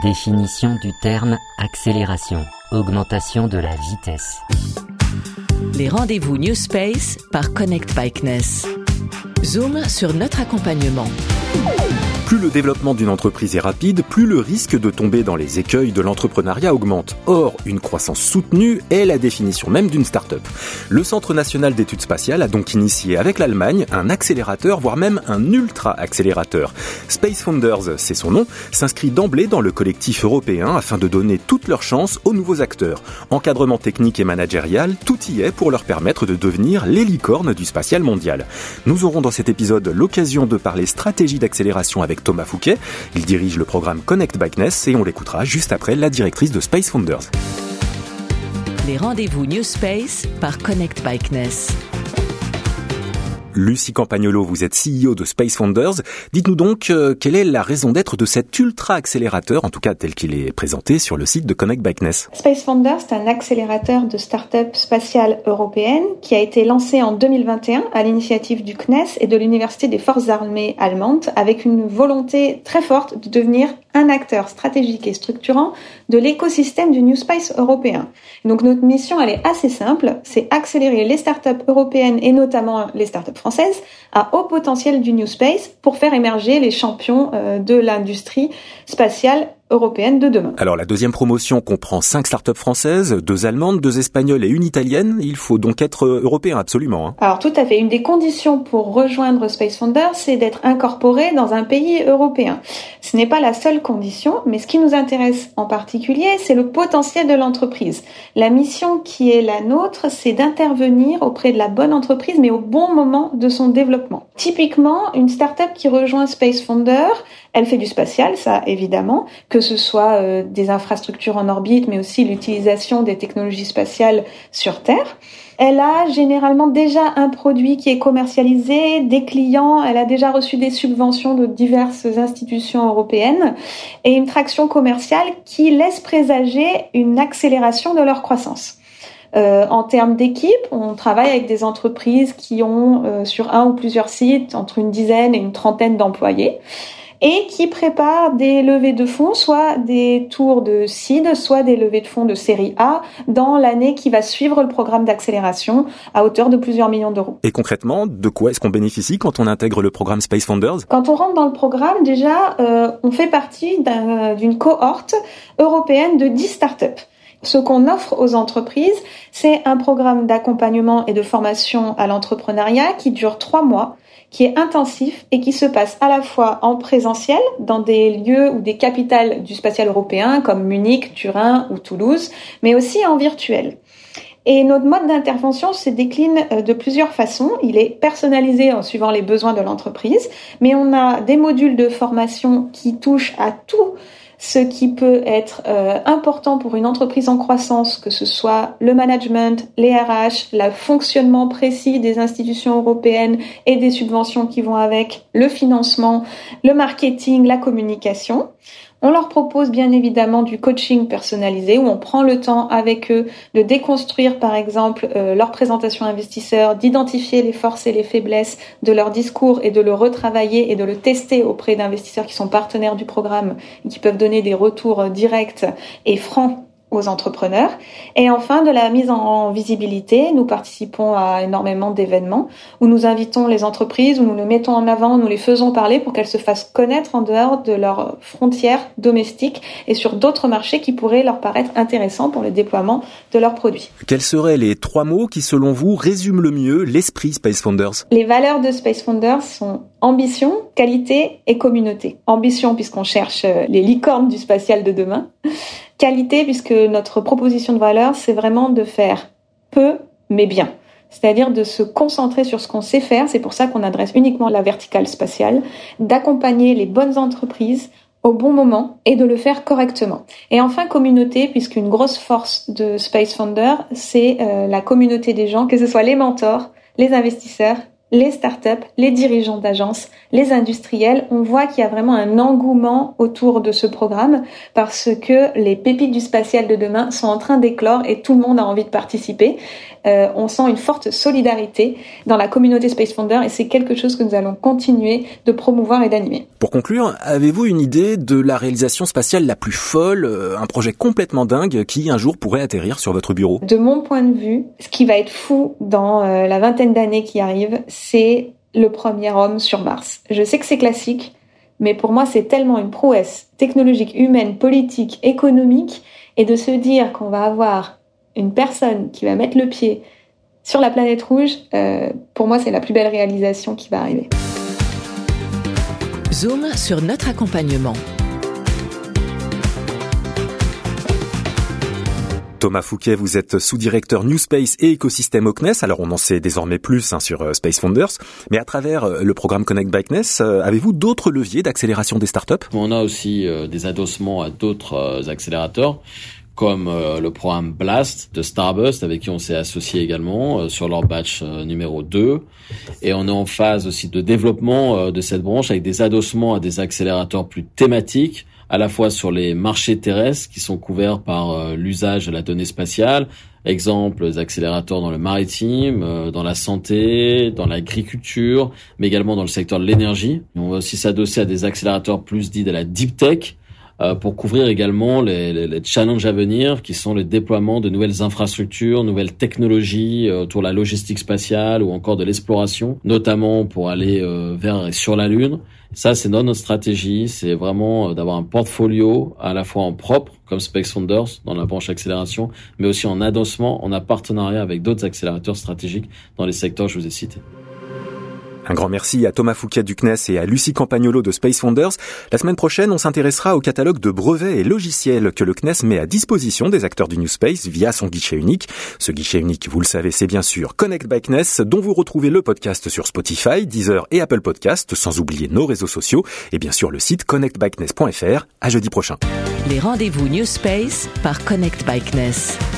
Définition du terme accélération, augmentation de la vitesse. Les rendez-vous New Space par Connect Bikeness. Zoom sur notre accompagnement. Plus le développement d'une entreprise est rapide, plus le risque de tomber dans les écueils de l'entrepreneuriat augmente. Or, une croissance soutenue est la définition même d'une start-up. Le Centre national d'études spatiales a donc initié avec l'Allemagne un accélérateur, voire même un ultra-accélérateur. Space Founders, c'est son nom, s'inscrit d'emblée dans le collectif européen afin de donner toutes leurs chances aux nouveaux acteurs. Encadrement technique et managérial, tout y est pour leur permettre de devenir les licornes du spatial mondial. Nous aurons dans cet épisode l'occasion de parler stratégie d'accélération avec Thomas Fouquet. Il dirige le programme Connect Bikeness et on l'écoutera juste après la directrice de Space Founders. Les rendez-vous New Space par Connect Bikeness. Lucie Campagnolo, vous êtes CEO de Space Founders. Dites-nous donc quelle est la raison d'être de cet ultra-accélérateur, en tout cas tel qu'il est présenté sur le site de Connect Bikeness. Space Founders, c'est un accélérateur de start-up spatiale européenne qui a été lancé en 2021 à l'initiative du CNES et de l'Université des Forces armées allemandes avec une volonté très forte de devenir un acteur stratégique et structurant de l'écosystème du New Space européen. Donc notre mission, elle est assez simple, c'est accélérer les startups européennes et notamment les startups françaises à haut potentiel du New Space pour faire émerger les champions de l'industrie spatiale européenne de demain. Alors la deuxième promotion comprend 5 startups françaises, 2 allemandes, 2 espagnoles et 1 italienne. Il faut donc être européen absolument. Alors tout à fait. Une des conditions pour rejoindre Space Founders, c'est d'être incorporé dans un pays européen. Ce n'est pas la seule condition, mais ce qui nous intéresse en particulier, c'est le potentiel de l'entreprise. La mission qui est la nôtre, c'est d'intervenir auprès de la bonne entreprise, mais au bon moment de son développement. Typiquement, une startup qui rejoint Space Founders, elle fait du spatial, ça évidemment, que ce soit des infrastructures en orbite, mais aussi l'utilisation des technologies spatiales sur Terre. Elle a généralement déjà un produit qui est commercialisé, des clients, elle a déjà reçu des subventions de diverses institutions européennes et une traction commerciale qui laisse présager une accélération de leur croissance. En termes d'équipe, on travaille avec des entreprises qui ont sur un ou plusieurs sites entre une dizaine et une trentaine d'employés et qui préparent des levées de fonds, soit des tours de seed, soit des levées de fonds de série A dans l'année qui va suivre le programme d'accélération à hauteur de plusieurs millions d'euros. Et concrètement, de quoi est-ce qu'on bénéficie quand on intègre le programme Space Founders ? Quand on rentre dans le programme, déjà, on fait partie d'une cohorte européenne de 10 startups. Ce qu'on offre aux entreprises, c'est un programme d'accompagnement et de formation à l'entrepreneuriat qui dure 3 mois, qui est intensif et qui se passe à la fois en présentiel dans des lieux ou des capitales du spatial européen comme Munich, Turin ou Toulouse, mais aussi en virtuel. Et notre mode d'intervention se décline de plusieurs façons. Il est personnalisé en suivant les besoins de l'entreprise, mais on a des modules de formation qui touchent à tout ce qui peut être important pour une entreprise en croissance, que ce soit le management, les RH, le fonctionnement précis des institutions européennes et des subventions qui vont avec, le financement, le marketing, la communication. On leur propose bien évidemment du coaching personnalisé où on prend le temps avec eux de déconstruire par exemple leur présentation investisseur, d'identifier les forces et les faiblesses de leur discours et de le retravailler et de le tester auprès d'investisseurs qui sont partenaires du programme et qui peuvent donner des retours directs et francs aux entrepreneurs. Et enfin, de la mise en visibilité, nous participons à énormément d'événements où nous invitons les entreprises, où nous les mettons en avant, nous les faisons parler pour qu'elles se fassent connaître en dehors de leurs frontières domestiques et sur d'autres marchés qui pourraient leur paraître intéressants pour le déploiement de leurs produits. Quels seraient les 3 mots qui, selon vous, résument le mieux l'esprit Space Founders ? Les valeurs de Space Founders sont ambition, qualité et communauté. Ambition, puisqu'on cherche les licornes du spatial de demain. Qualité, puisque notre proposition de valeur, c'est vraiment de faire peu, mais bien. C'est-à-dire de se concentrer sur ce qu'on sait faire. C'est pour ça qu'on adresse uniquement la verticale spatiale, d'accompagner les bonnes entreprises au bon moment et de le faire correctement. Et enfin, communauté, puisqu'une grosse force de Space Founders, c'est la communauté des gens, que ce soit les mentors, les investisseurs les startups, les dirigeants d'agences, les industriels. On voit qu'il y a vraiment un engouement autour de ce programme parce que les pépites du spatial de demain sont en train d'éclore et tout le monde a envie de participer. On sent une forte solidarité dans la communauté Space Founder et c'est quelque chose que nous allons continuer de promouvoir et d'animer. Pour conclure, avez-vous une idée de la réalisation spatiale la plus folle, un projet complètement dingue qui un jour pourrait atterrir sur votre bureau ? De mon point de vue, ce qui va être fou dans la vingtaine d'années qui arrivent, c'est le premier homme sur Mars. Je sais que c'est classique, mais pour moi c'est tellement une prouesse technologique, humaine, politique, économique, et de se dire qu'on va avoir une personne qui va mettre le pied sur la planète rouge, pour moi c'est la plus belle réalisation qui va arriver. Zoom sur notre accompagnement. Thomas Fouquet, vous êtes sous-directeur New Space et écosystème au CNES. Alors on en sait désormais plus sur Space Founders, mais à travers le programme Connect by CNES, avez-vous d'autres leviers d'accélération des startups ? On a aussi des adossements à d'autres accélérateurs, comme le programme Blast de Starburst, avec qui on s'est associé également sur leur batch numéro 2. Et on est en phase aussi de développement de cette branche avec des adossements à des accélérateurs plus thématiques, à la fois sur les marchés terrestres qui sont couverts par l'usage de la donnée spatiale, exemple des accélérateurs dans le maritime, dans la santé, dans l'agriculture, mais également dans le secteur de l'énergie. On va aussi s'adosser à des accélérateurs plus dits de la deep tech, pour couvrir également les challenges à venir qui sont le déploiement de nouvelles infrastructures, nouvelles technologies autour de la logistique spatiale ou encore de l'exploration, notamment pour aller vers et sur la Lune. Ça, c'est notre stratégie, c'est vraiment d'avoir un portfolio à la fois en propre, comme Space Founders dans la branche accélération, mais aussi en adossement, en partenariat avec d'autres accélérateurs stratégiques dans les secteurs que je vous ai cités. Un grand merci à Thomas Fouquet du CNES et à Lucie Campagnolo de Space Founders. La semaine prochaine, on s'intéressera au catalogue de brevets et logiciels que le CNES met à disposition des acteurs du New Space via son guichet unique. Ce guichet unique, vous le savez, c'est bien sûr Connect by CNES, dont vous retrouvez le podcast sur Spotify, Deezer et Apple Podcasts, sans oublier nos réseaux sociaux et bien sûr le site connectbyknes.fr. À jeudi prochain. Les rendez-vous New Space par Connect by CNES.